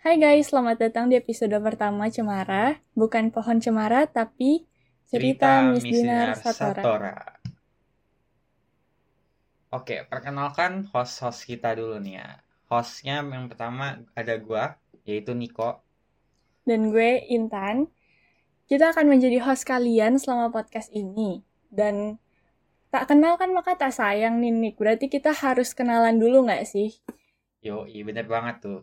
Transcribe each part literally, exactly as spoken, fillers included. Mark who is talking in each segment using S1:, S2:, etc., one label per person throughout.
S1: Hai guys, selamat datang di episode pertama Cemara. Bukan pohon cemara, tapi cerita
S2: Cerita
S1: Miss
S2: Miss
S1: Dinar
S2: Dinar
S1: Satora.
S2: Satora. Oke, perkenalkan host-host kita dulu nih ya. Hostnya yang pertama ada gua, yaitu Niko.
S1: Dan gue, Intan. Kita akan menjadi host kalian selama podcast ini. Dan tak kenal kan maka tak sayang nih, Nick. Berarti kita harus kenalan dulu gak sih?
S2: Yoi, bener banget tuh.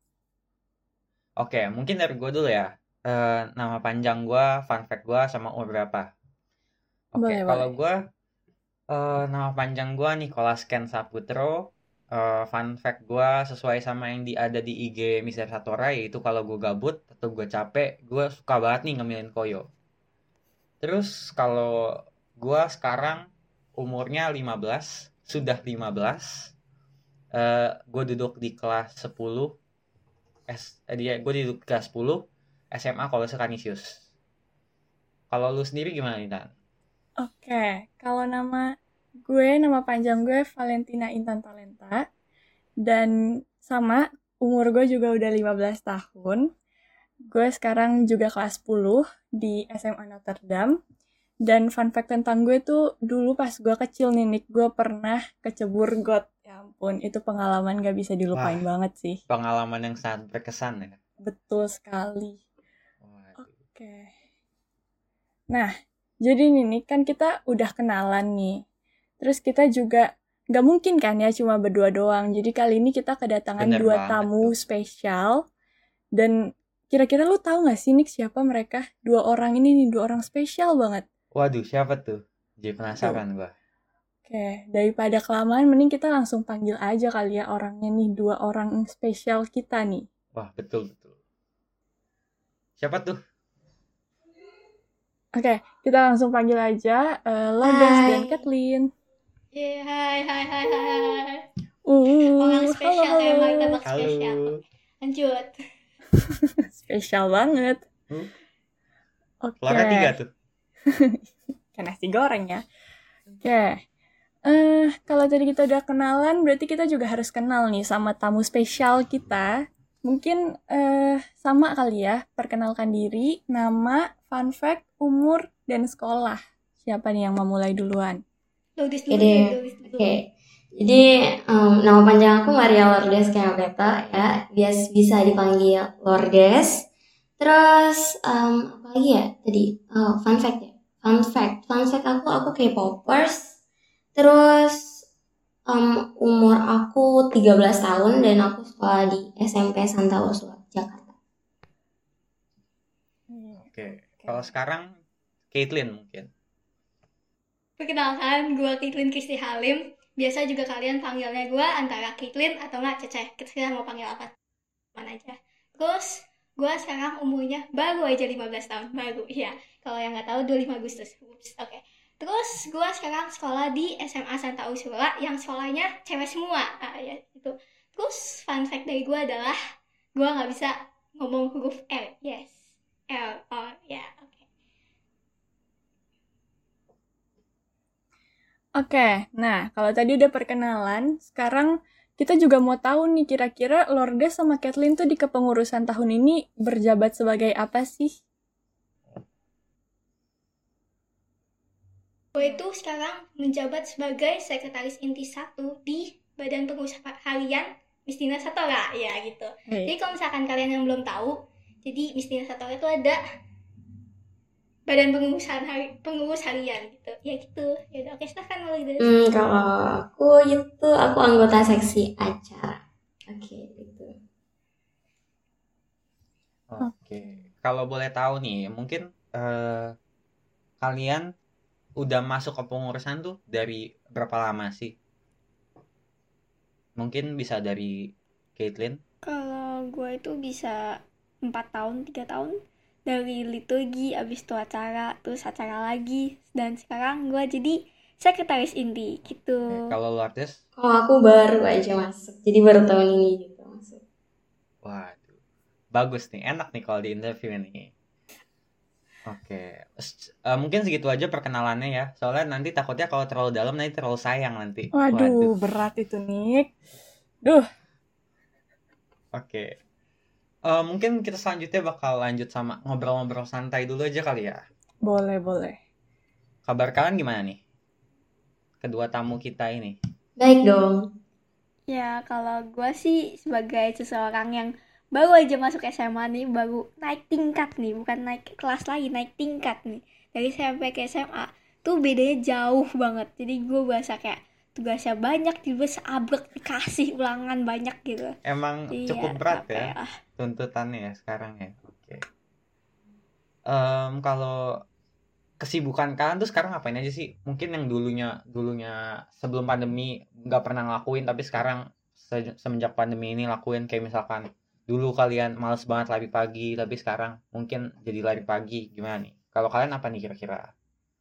S2: Oke, mungkin dari gua dulu ya. Eh, nama panjang gua, fun fact gua, sama umur berapa. Oke,
S1: Boleh,
S2: kalau
S1: boleh.
S2: gua, eh, nama panjang gua Nicholas Ken Saputro. Eh, fun fact gua sesuai sama yang di, ada di I G Mister Satora, yaitu kalau gua gabut atau gua capek, gua suka banget nih ngemilin koyo. Terus kalau gua sekarang umurnya lima belas, sudah lima belas. Eh gue duduk di kelas sepuluh. S eh, dia gue duduk di kelas sepuluh S M A Kolose Kanisius. Kalau lu sendiri gimana nih, Tan?
S1: Oke, kalau nama gue, nama panjang gue Valentina Intan Talenta. Dan sama, umur gue juga udah lima belas tahun. Gue sekarang juga kelas sepuluh di S M A Notre Dame. Dan fun fact tentang gue tuh, dulu pas gue kecil nih, Nick, gue pernah kecebur got. Ya ampun, itu pengalaman gak bisa
S2: Wah,
S1: dilupain banget sih.
S2: pengalaman yang sangat berkesan ya.
S1: Betul sekali.
S2: Waduh.
S1: Oke. Nah, jadi nih, Nick, kan kita udah kenalan nih. Terus kita juga gak mungkin kan ya cuma berdua doang. Jadi kali ini kita kedatangan
S2: Bener
S1: dua
S2: banget
S1: tamu
S2: tuh.
S1: spesial. Dan kira-kira lu tahu gak sih, Nick, siapa mereka? Dua orang ini nih, dua orang spesial banget.
S2: Waduh, siapa tuh? Jadi
S1: Tuh.
S2: penasaran gua.
S1: Oke, daripada kelamaan, mending kita langsung panggil aja kali ya orangnya nih, dua orang spesial kita nih.
S2: Wah, betul betul. Siapa tuh?
S1: Oke, kita langsung panggil aja uh, Lourdes dan
S3: Hai.
S1: Kathleen.
S3: Yeah, hai, hai, hai, hai.
S1: Uh,
S3: Orang
S1: halo,
S3: spesial
S1: halo.
S3: emang tebak spesial.
S2: Halo.
S3: Lanjut.
S1: Spesial banget.
S2: Hmm?
S1: Oke.
S2: Suara tiga tuh.
S1: Kayak nasi goreng ya. Oke. Eh, kalau tadi kita udah kenalan, berarti kita juga harus kenal nih sama tamu spesial kita. Mungkin eh, sama kali ya, perkenalkan diri, nama, fun fact, umur, dan sekolah. Siapa nih yang mau mulai duluan?
S3: Lourdes dulu
S4: Jadi,
S3: deh, Lourdes dulu.
S4: oke. Jadi, um, nama panjang aku Maria Lourdes Kenapeta ya. Bias bisa dipanggil Lourdes. Terus, um, apa lagi ya tadi? Oh, fun fact ya. Fun fact, fun fact aku aku K-popers. Terus, um, umur aku tiga belas tahun dan aku sekolah di S M P Santa Ursula, Jakarta.
S2: Oke. Kalau sekarang Caitlyn mungkin.
S3: Perkenalkan, gue Caitlyn Kristi Halim. Biasa juga kalian panggilnya gue antara Caitlyn atau nggak Cece. Kita mau panggil apa? Mana aja. Terus, gue sekarang umurnya baru aja lima belas tahun. Baru, ya. Kalau yang nggak tahu, dua puluh lima Agustus. Ups, oke. Okay. Terus, gue sekarang sekolah di S M A Santa Ursula yang sekolahnya cewek semua. Ah, ya, itu. Terus, fun fact dari gue adalah gue nggak bisa ngomong huruf L. Yes. L. Oh, ya. Oke. Okay.
S1: Oke, nah kalau tadi udah perkenalan, sekarang kita juga mau tahu nih kira-kira Lourdes sama Kathleen tuh di kepengurusan tahun ini berjabat sebagai apa sih?
S3: Gue itu sekarang menjabat sebagai sekretaris inti satu di Badan Pengurus Harian Miss Dinar Satora, ya gitu.
S1: Hey.
S3: Jadi kalau misalkan kalian yang belum tahu, jadi Miss Dinar Satora itu ada Badan Pengurusan hari, Pengurus Harian gitu. Ya gitu. Ya udah, oke, silakan Lourdes.
S4: Hmm, kalau aku itu aku anggota seksi acara. Oke, gitu.
S2: Oke. Kalau boleh tahu nih, mungkin uh, kalian udah masuk ke pengurusan tuh dari berapa lama sih? Mungkin bisa dari Caitlyn.
S5: Kalau gue itu bisa empat tahun, tiga tahun. Dari liturgi, abis itu acara, terus acara lagi. Dan sekarang gue jadi sekretaris inti gitu.
S2: Oke, kalau Lourdes?
S4: Kalau aku baru aja masuk, jadi baru tahun ini gitu masuk.
S2: Waduh, bagus nih, enak nih kalau di interview nih. Oke, uh, mungkin segitu aja perkenalannya ya. Soalnya nanti takutnya kalau terlalu dalam nanti terlalu sayang nanti.
S1: Waduh, Waduh. berat itu Nick. Duh.
S2: Oke. Eh, mungkin kita selanjutnya bakal lanjut sama ngobrol-ngobrol santai dulu aja kali ya.
S1: Boleh, boleh.
S2: Kabar kalian gimana nih? Kedua tamu kita ini.
S4: Baik dong.
S5: Ya, kalau gue sih sebagai seseorang yang baru aja masuk S M A nih, baru naik tingkat nih, bukan naik kelas lagi, naik tingkat nih. Dari S M P ke S M A, tuh bedanya jauh banget. Jadi gue berasa kayak tugasnya banyak, tiba seabrek dikasih ulangan banyak gitu.
S2: Emang
S5: Iya,
S2: cukup berat
S5: capek
S2: ya
S5: lah.
S2: tuntutannya ya sekarang ya. Oke. Em, kalau kesibukan kalian tuh sekarang ngapain aja sih? Mungkin yang dulunya dulunya sebelum pandemi nggak pernah ngelakuin, tapi sekarang se- semenjak pandemi ini lakuin. Kayak misalkan dulu kalian males banget lari pagi, tapi sekarang mungkin jadi lari pagi. Gimana nih? Kalau kalian apa nih kira-kira?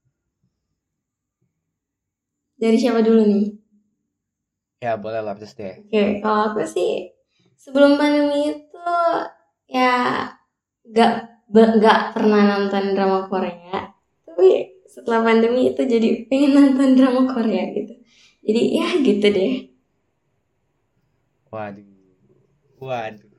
S4: Dari siapa dulu nih?
S2: Ya boleh lah terus deh.
S4: Oke, kalau aku sih sebelum pandemi itu ya gak be- gak pernah nonton drama Korea, tapi setelah pandemi itu jadi pengen nonton drama Korea gitu. Jadi ya gitu deh.
S2: Waduh, waduh.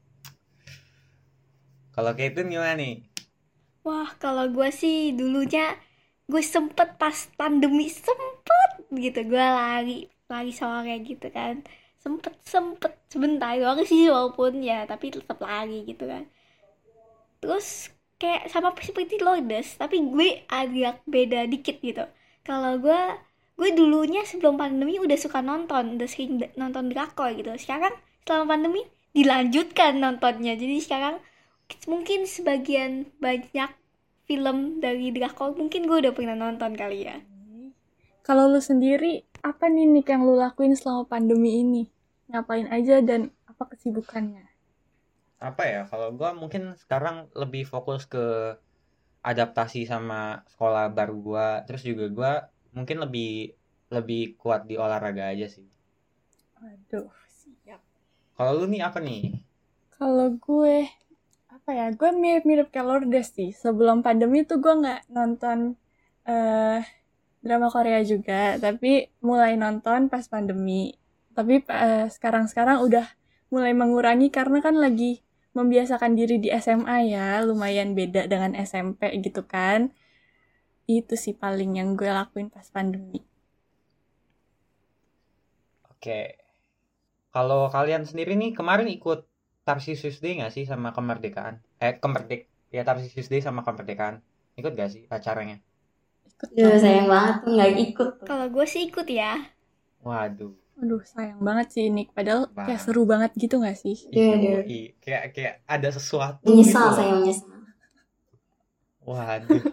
S2: Kalau Caitlyn gimana nih?
S5: Wah, kalau gue sih dulunya gue sempet pas pandemi sempet gitu gue lari lari sore gitu kan, sempet sempet sebentar doang sih walaupun ya tapi tetap lari gitu kan. Terus kayak sama seperti Lourdes, tapi gue agak beda dikit gitu. Kalau gue gue dulunya sebelum pandemi udah suka nonton, udah sering d- nonton drakor gitu. Sekarang selama pandemi dilanjutkan nontonnya. Jadi sekarang mungkin sebagian banyak film dari drakor mungkin gue udah pernah nonton kali ya.
S1: Kalau lu sendiri, apa nih Nick yang lu lakuin selama pandemi ini? Ngapain aja dan apa kesibukannya?
S2: Apa ya? Kalau gua mungkin sekarang lebih fokus ke adaptasi sama sekolah baru gua. Terus juga gua mungkin lebih lebih kuat di olahraga aja sih.
S1: Waduh, siap.
S2: Kalau lu nih apa nih?
S1: Kalau gue, apa ya, gue mirip-mirip kayak Lourdes sih. Sebelum pandemi tuh gue nggak nonton eh drama Korea juga, tapi mulai nonton pas pandemi. Tapi eh, sekarang-sekarang udah mulai mengurangi karena kan lagi membiasakan diri di S M A ya, lumayan beda dengan S M P gitu kan. Itu sih paling yang gue lakuin pas pandemi.
S2: Oke. Kalau kalian sendiri nih kemarin ikut Tarsius Day nggak sih sama kemerdekaan? Eh, kemerdek ya Tarsius Day sama kemerdekaan. Ikut gak sih acaranya?
S1: Ikut
S4: Duh,
S1: dong.
S4: sayang banget tuh nggak ikut tuh.
S5: Kalau gue sih ikut ya.
S2: Waduh.
S1: Aduh, sayang banget sih Nick. Padahal
S2: Bang.
S1: kayak seru banget gitu gak sih?
S4: Iya,
S2: Iya,
S4: iya.
S2: i- kayak kayak ada sesuatu
S4: Menyesal
S2: gitu
S4: saya
S2: loh.
S4: menyesal.
S2: Waduh.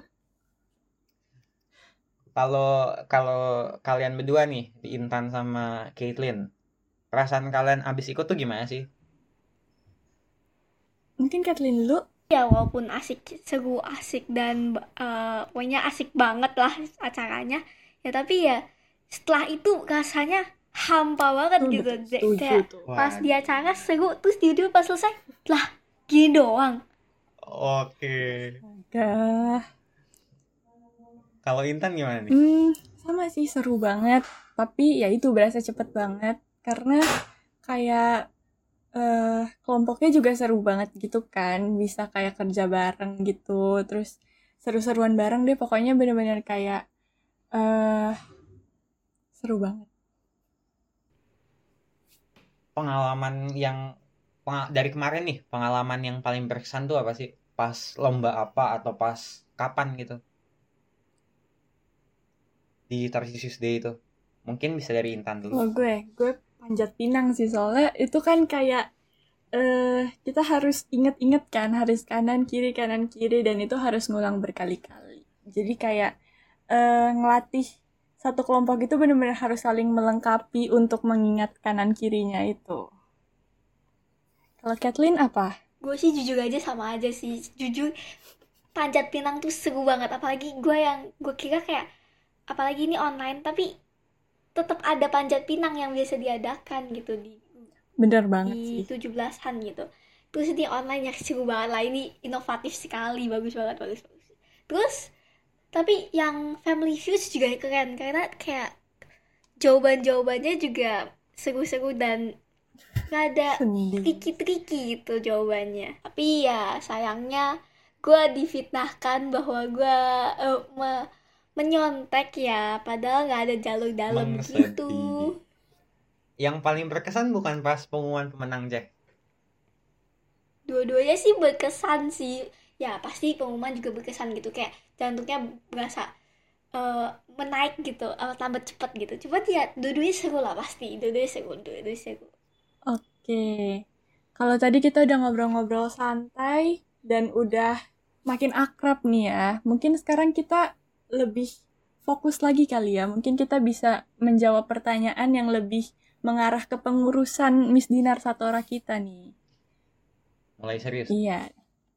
S2: Kalau kalau kalian berdua nih, di Intan sama Caitlyn, perasaan kalian abis ikut tuh gimana sih?
S1: Mungkin Kathleen dulu.
S5: Ya walaupun asik, seru, asik dan eh, pokoknya asik banget lah acaranya. Ya tapi ya setelah itu rasanya hampa banget
S1: Tuh,
S5: gitu.
S1: betul,
S5: Kayak
S1: setuju tuh.
S5: pas di
S2: Waduh.
S5: acara seru terus tiba-tiba pas selesai lah gini doang.
S2: Oke.
S1: Agak.
S2: Kalau Intan gimana nih?
S1: Hmm, sama sih seru banget. Tapi ya itu berasa cepet banget. Karena kayak eh kelompoknya juga seru banget gitu kan. Bisa kayak kerja bareng gitu. Terus seru-seruan bareng deh. Pokoknya bener-bener kayak eh seru banget.
S2: Pengalaman yang penga- dari kemarin nih, pengalaman yang paling berkesan tuh apa sih? Pas lomba apa atau pas kapan gitu? Di Tarsius Day itu. Mungkin bisa dari Intan dulu.
S1: Kalau gue, gue panjat pinang sih. Soalnya itu kan kayak eh kita harus inget-inget kan. Harus kanan kiri kanan kiri. Dan itu harus ngulang berkali-kali. Jadi kayak eh ngelatih satu kelompok itu benar-benar harus saling melengkapi untuk mengingat kanan kirinya itu. Kalau Kathleen apa?
S5: Gue sih jujur aja sama aja sih. Jujur panjat pinang tuh seru banget. Apalagi gue yang gue kira kayak apalagi ini online tapi tetap ada panjat pinang yang biasa diadakan gitu di
S1: Bener banget
S5: di
S1: sih.
S5: tujuh belasan gitu. Terus di online yang seru banget lah, ini inovatif sekali, bagus banget, bagus bagus. Terus tapi yang Family Feud juga keren karena kayak jawaban-jawabannya juga seru-seru dan nggak ada
S1: Sedih.
S5: triki-triki gitu jawabannya. Tapi ya sayangnya gue difitnahkan bahwa gue uh, me- menyontek ya, padahal nggak ada jalur dalam gitu.
S2: Mengsedih. Yang paling berkesan bukan pas pengumuman pemenang, Jack?
S5: Dua-duanya sih berkesan sih. Ya pasti pengumuman juga berkesan gitu, kayak jantungnya berasa uh, menaik gitu, uh, tambah cepat gitu. Cuma ya dua-duanya seru lah pasti, dua-duanya seru, dua-duanya seru.
S1: Oke. Kalau tadi kita udah ngobrol-ngobrol santai dan udah makin akrab nih ya. Mungkin sekarang kita lebih fokus lagi kali ya. Mungkin kita bisa menjawab pertanyaan yang lebih mengarah ke pengurusan Miss Dinar Satora kita nih.
S2: Mulai serius.
S1: Iya.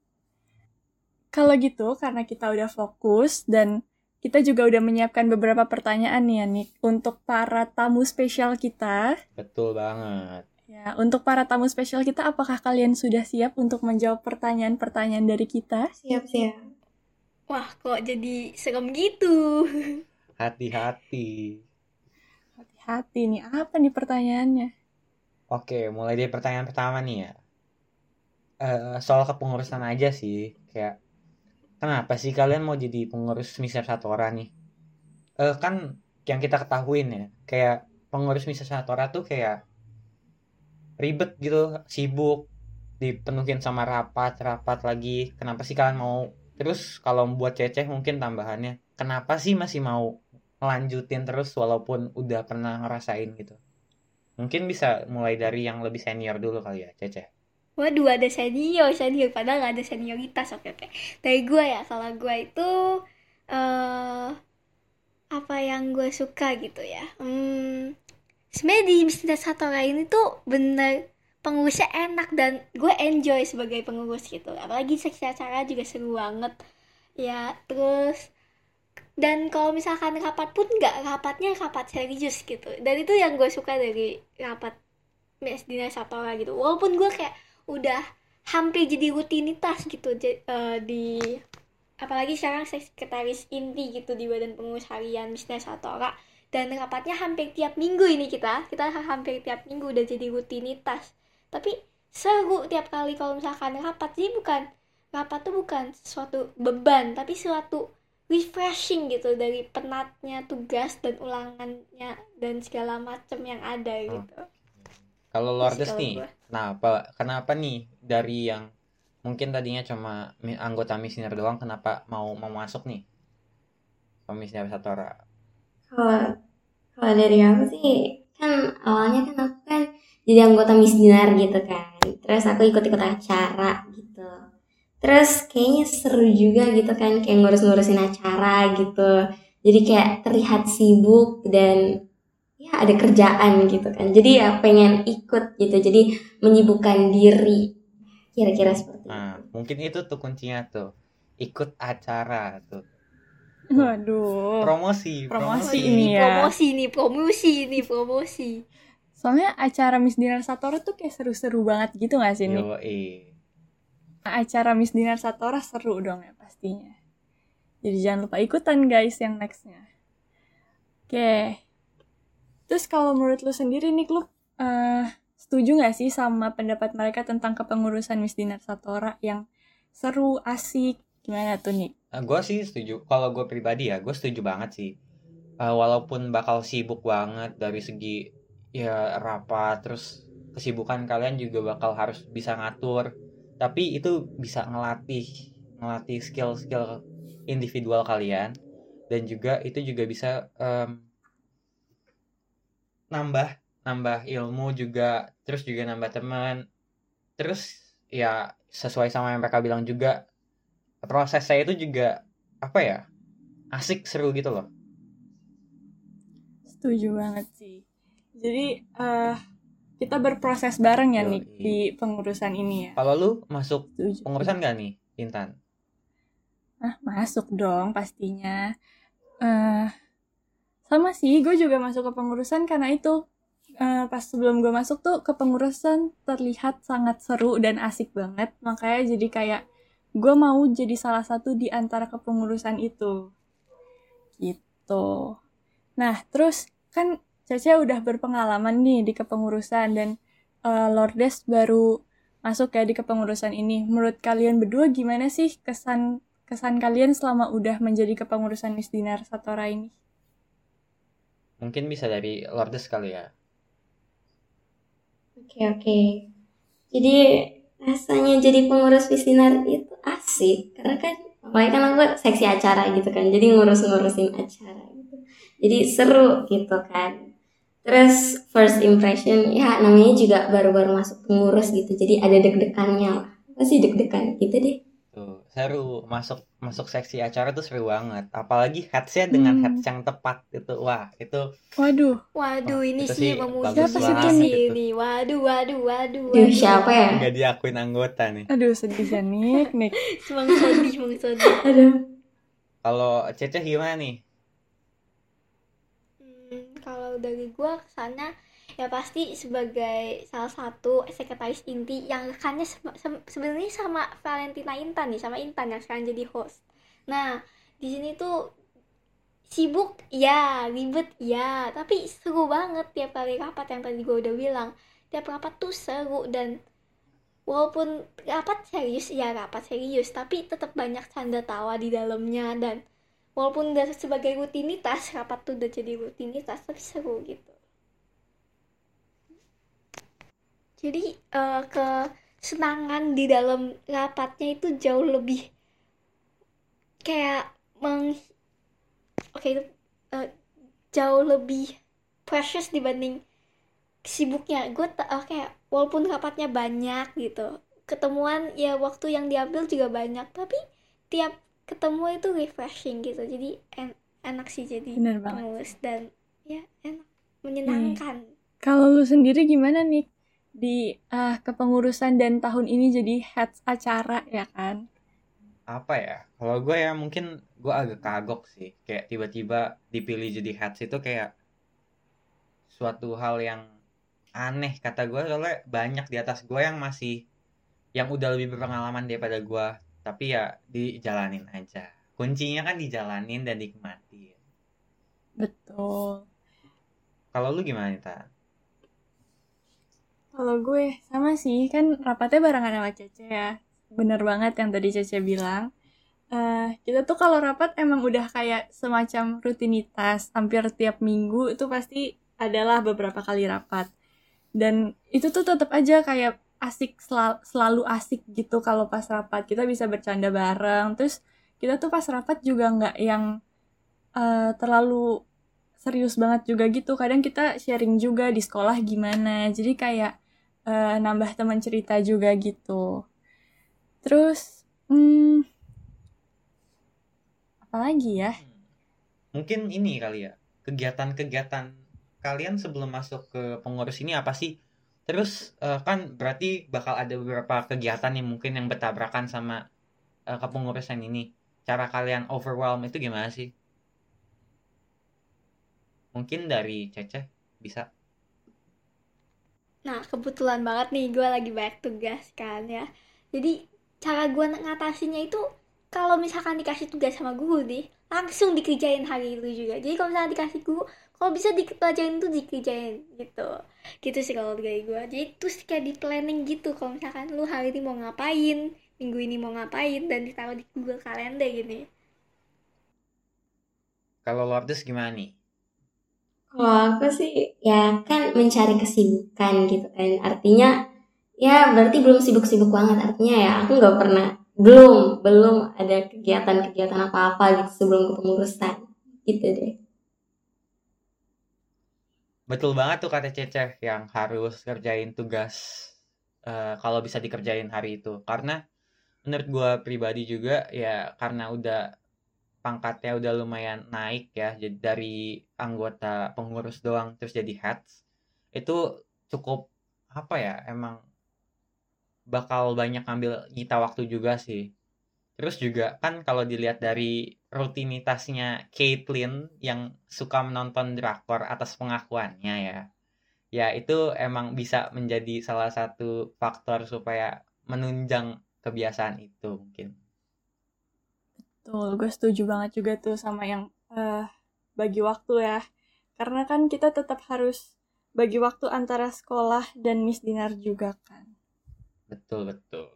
S1: Kalau gitu, karena kita udah fokus dan kita juga udah menyiapkan beberapa pertanyaan nih ya, Nick, untuk para tamu spesial kita.
S2: Betul banget.
S1: Ya, untuk para tamu spesial kita, apakah kalian sudah siap untuk menjawab pertanyaan-pertanyaan dari kita?
S4: Siap-siap.
S5: Wah, kok jadi serem gitu.
S2: Hati-hati.
S1: Hati-hati nih, apa nih pertanyaannya?
S2: Oke, mulai dari pertanyaan pertama nih ya. Eh, soal kepengurusan aja sih. Kayak, kenapa sih kalian mau jadi pengurus Mister Satora nih? Eh, kan yang kita ketahuin ya, kayak pengurus Mister Satora tuh kayak ribet gitu, sibuk, dipenuhin sama rapat-rapat lagi. Kenapa sih kalian mau? Terus kalau buat Ceceh mungkin tambahannya, kenapa sih masih mau ngelanjutin terus walaupun udah pernah ngerasain gitu? Mungkin bisa mulai dari yang lebih senior dulu kali ya, Ceceh.
S5: Waduh, ada senior, senior. Padahal nggak ada senioritas, oke oke. Dari gue ya, kalau gue itu eh apa yang gue suka gitu ya. Hmm, sebenarnya di bisnis Satora ini tuh bener pengurusnya enak dan gue enjoy sebagai pengurus gitu. Apalagi seksi acara juga seru banget. Ya, terus dan kalau misalkan rapat pun nggak rapatnya rapat serius gitu. Dan itu yang gue suka dari rapat Miss Dinar Satora gitu. Walaupun gue kayak udah hampir jadi rutinitas gitu j- eh, di apalagi sekarang sekretaris inti gitu di badan pengurus harian Miss Dinar Satora, dan rapatnya hampir tiap minggu ini kita kita hampir tiap minggu udah jadi rutinitas. Tapi seru tiap kali kalau misalkan rapat. Jadi bukan rapat tuh bukan suatu beban tapi suatu refreshing gitu dari penatnya tugas dan ulangannya dan segala macam yang ada gitu.
S2: Kalau
S5: Itu sih
S2: Lourdes
S5: kalau
S2: nih,
S5: gue.
S2: kenapa kenapa nih dari yang mungkin tadinya cuma mi- anggota Misner doang, kenapa mau mau masuk nih ke Misner Satora?
S4: Kalau kalau dari aku sih kan awalnya kan aku kan jadi anggota Miss Dinar gitu kan. Terus aku ikut-ikut acara gitu. Terus kayaknya seru juga gitu kan, kayak ngurus-ngurusin acara gitu. Jadi kayak terlihat sibuk dan ya ada kerjaan gitu kan. Jadi ya pengen ikut gitu. Jadi menyibukkan diri. Kira-kira seperti
S2: Nah,
S4: itu.
S2: mungkin itu tuh kuncinya tuh, ikut acara tuh.
S1: Waduh.
S2: Promosi,
S1: Promosi
S2: promosi.
S1: ini
S5: Ini
S1: ya.
S5: promosi nih, promosi nih, promosi.
S1: Soalnya acara Miss Dinar Satora tuh kayak seru-seru banget gitu gak sih, Nick?
S2: Yo, eh.
S1: Acara Miss Dinar Satora seru dong ya pastinya. Jadi jangan lupa ikutan guys yang nextnya. Oke. Terus kalau menurut lu sendiri nih, lu uh, setuju gak sih sama pendapat mereka tentang kepengurusan Miss Dinar Satora yang seru, asik? Gimana tuh, Nick?
S2: Nah, gue sih setuju. Kalau gue pribadi ya, gue setuju banget sih. Uh, walaupun bakal sibuk banget dari segi ya rapat, terus kesibukan kalian juga bakal harus bisa ngatur. Tapi itu bisa ngelatih, ngelatih skill-skill individual kalian, dan juga itu juga bisa um, nambah, nambah ilmu juga, terus juga nambah teman. Terus ya sesuai sama yang mereka bilang juga, proses saya itu juga apa ya, asik, seru gitu loh.
S1: Setuju banget sih. Jadi uh, kita berproses bareng ya, Nick,
S2: Yoi.
S1: di pengurusan ini ya.
S2: Kalau lu masuk
S1: Setuju.
S2: pengurusan gak nih, Intan?
S1: Ah, masuk dong pastinya. Uh, sama sih, gue juga masuk ke pengurusan karena itu uh, pas sebelum gue masuk tuh kepengurusan terlihat sangat seru dan asik banget. Makanya jadi kayak gue mau jadi salah satu di antara kepengurusan itu. Gitu. Nah, terus kan Cece udah berpengalaman nih di kepengurusan dan uh, Lourdes baru masuk ya di kepengurusan ini. Menurut kalian berdua gimana sih kesan kesan kalian selama udah menjadi kepengurusan Miss Dinar Satora ini?
S2: Mungkin bisa dari Lourdes kali ya.
S4: Oke oke. Jadi rasanya jadi pengurus Visinar itu asik karena kan apalagi kan aku seksi acara gitu kan, jadi ngurus-ngurusin acara gitu. Jadi seru gitu kan. Terus first impression ya namanya juga baru-baru masuk pengurus gitu, jadi ada deg-degannya lah. Pasti deg-degan gitu deh.
S2: Tuh, seru masuk masuk seksi acara tuh seru banget. Apalagi hats-nya dengan
S1: Hmm.
S2: hats yang tepat itu. Wah, itu
S1: Waduh,
S5: Waduh,
S2: Wah,
S5: ini
S2: itu
S5: sih
S2: sih
S5: memuji
S2: bagus
S1: Siapa sih
S5: ini
S1: Tun?
S5: sih
S2: banget itu.
S5: ini. Waduh, waduh, waduh,
S4: Duh,
S5: waduh.
S4: siapa ya?
S2: Nggak diakuin anggota nih.
S1: aduh sedih ya Nik, Nik.
S5: Semang Sodi, Semang Sodi.
S4: Aduh.
S2: Kalau Cece gimana nih?
S5: Hmm, kalau dari gua kesannya ya pasti sebagai salah satu sekretaris inti yang rekannya se- se- sebenarnya sama Valentina Intan nih, sama Intan yang sekarang jadi host. Nah, di sini tuh sibuk ya, ribet ya, tapi seru banget tiap kali rapat yang tadi gue udah bilang. Tiap rapat tuh seru dan walaupun rapat serius ya rapat serius, tapi tetap banyak canda tawa di dalamnya dan walaupun udah sebagai rutinitas rapat tuh udah jadi rutinitas tapi seru gitu. Jadi eh, kesenangan di dalam rapatnya itu jauh lebih kayak meng oke itu eh, jauh lebih precious dibanding sibuknya. Gue ta- eh, kayak walaupun rapatnya banyak gitu, ketemuan ya waktu yang diambil juga banyak, tapi tiap ketemu itu refreshing gitu. Jadi en- enak sih jadi
S1: Bener banget.
S5: pengurus dan ya enak, menyenangkan.
S1: Kalau lu sendiri gimana nih di ah, kepengurusan dan tahun ini jadi heads acara ya kan?
S2: Apa ya? Kalau gue ya mungkin gue agak kagok sih. Kayak tiba-tiba dipilih jadi heads itu kayak suatu hal yang aneh kata gue. Soalnya banyak di atas gue yang masih yang udah lebih berpengalaman daripada gue. Tapi ya dijalanin aja. Kuncinya kan dijalanin dan nikmatin.
S1: Betul.
S2: Kalau lu gimana nih, Tan?
S1: Kalau gue sama sih, kan rapatnya barengan sama Cece ya. Bener banget yang tadi Cece bilang. Eh, kita tuh kalau rapat emang udah kayak semacam rutinitas. Hampir tiap minggu itu pasti adalah beberapa kali rapat. Dan itu tuh tetap aja kayak asik, sel- selalu asik gitu kalau pas rapat. Kita bisa bercanda bareng. Terus kita tuh pas rapat juga nggak yang eh, terlalu serius banget juga gitu. Kadang kita sharing juga di sekolah gimana. Jadi kayak eh, nambah teman cerita juga gitu. Terus, hmm, apalagi ya?
S2: Mungkin ini kali ya. Kegiatan-kegiatan kalian sebelum masuk ke pengurus ini apa sih? Terus eh, kan berarti bakal ada beberapa kegiatan yang mungkin yang bertabrakan sama eh, kepengurusan ini. Cara kalian overwhelm itu gimana sih? Mungkin dari Cece bisa.
S5: Nah, kebetulan banget nih gue lagi banyak tugas kan ya. Jadi cara gue ngatasinnya itu kalau misalkan dikasih tugas sama guru nih, langsung dikerjain hari itu juga. Jadi kalau misalkan dikasih guru, kalau bisa dipelajarin tuh dikerjain gitu. Gitu sih kalau dari gue. Jadi terus kayak di planning gitu. Kalau misalkan lu hari ini mau ngapain, minggu ini mau ngapain, dan ditaruh di Google Calendar gini.
S2: Kalau Lourdes gimana nih?
S4: Kalau aku sih ya kan mencari kesibukan gitu kan. Artinya ya berarti belum sibuk-sibuk banget. Artinya ya aku nggak pernah belum belum ada kegiatan-kegiatan apa-apa gitu sebelum kepengurusan gitu deh.
S2: Betul banget tuh kata Cece yang harus kerjain tugas eh, kalau bisa dikerjain hari itu. Karena menurut gue pribadi juga ya karena udah pangkatnya udah lumayan naik ya, jadi dari anggota pengurus doang terus jadi heads itu cukup apa ya, emang bakal banyak ngambil nyita waktu juga sih. Terus juga kan kalau dilihat dari rutinitasnya Caitlyn yang suka menonton drakor atas pengakuannya ya, ya itu emang bisa menjadi salah satu faktor supaya menunjang kebiasaan itu mungkin.
S1: Tuh, gue setuju banget juga tuh sama yang eh, bagi waktu ya. Karena kan kita tetap harus bagi waktu antara sekolah dan Miss Dinar juga kan.
S2: Betul, betul.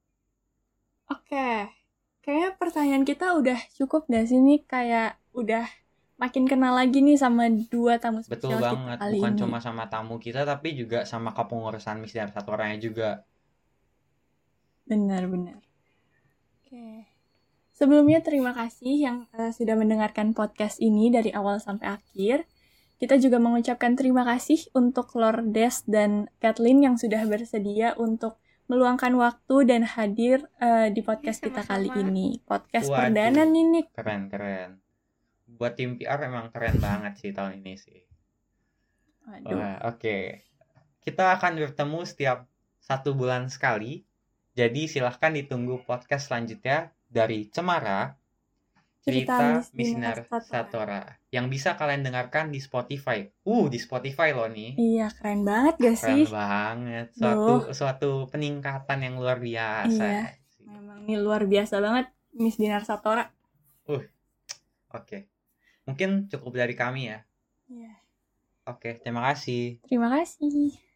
S1: Oke, kayaknya pertanyaan kita udah cukup gak sih nih? Kayak udah makin kenal lagi nih sama dua tamu
S2: Betul
S1: spesial kita
S2: banget,
S1: kali
S2: bukan
S1: ini.
S2: cuma sama tamu kita tapi juga sama kepengurusan Miss Dinar satu orangnya juga.
S1: Benar-benar. Oke. Sebelumnya terima kasih yang uh, sudah mendengarkan podcast ini dari awal sampai akhir. Kita juga mengucapkan terima kasih untuk Lordes dan Kathleen yang sudah bersedia untuk meluangkan waktu dan hadir uh, di podcast kita kali
S5: Sama-sama.
S1: ini. Podcast
S2: Waduh.
S1: perdana nih, Nick.
S2: Keren, keren. Buat tim P R emang keren banget sih tahun ini sih.
S1: Waduh.
S2: Wah, oke. Kita akan bertemu setiap satu bulan sekali. Jadi silahkan ditunggu podcast selanjutnya dari Cemara, Cerita Miss Dinar Satora, yang bisa kalian dengarkan di Spotify. Uh, di Spotify loh nih.
S1: Iya, keren banget gak
S2: Keren
S1: sih?
S2: banget. Suatu suatu peningkatan yang luar biasa.
S1: Iya. Memang ini luar biasa banget Miss Dinar Satora.
S2: Uh. Oke. Mungkin cukup dari kami ya.
S1: Iya.
S2: Oke, terima kasih.
S1: Terima kasih.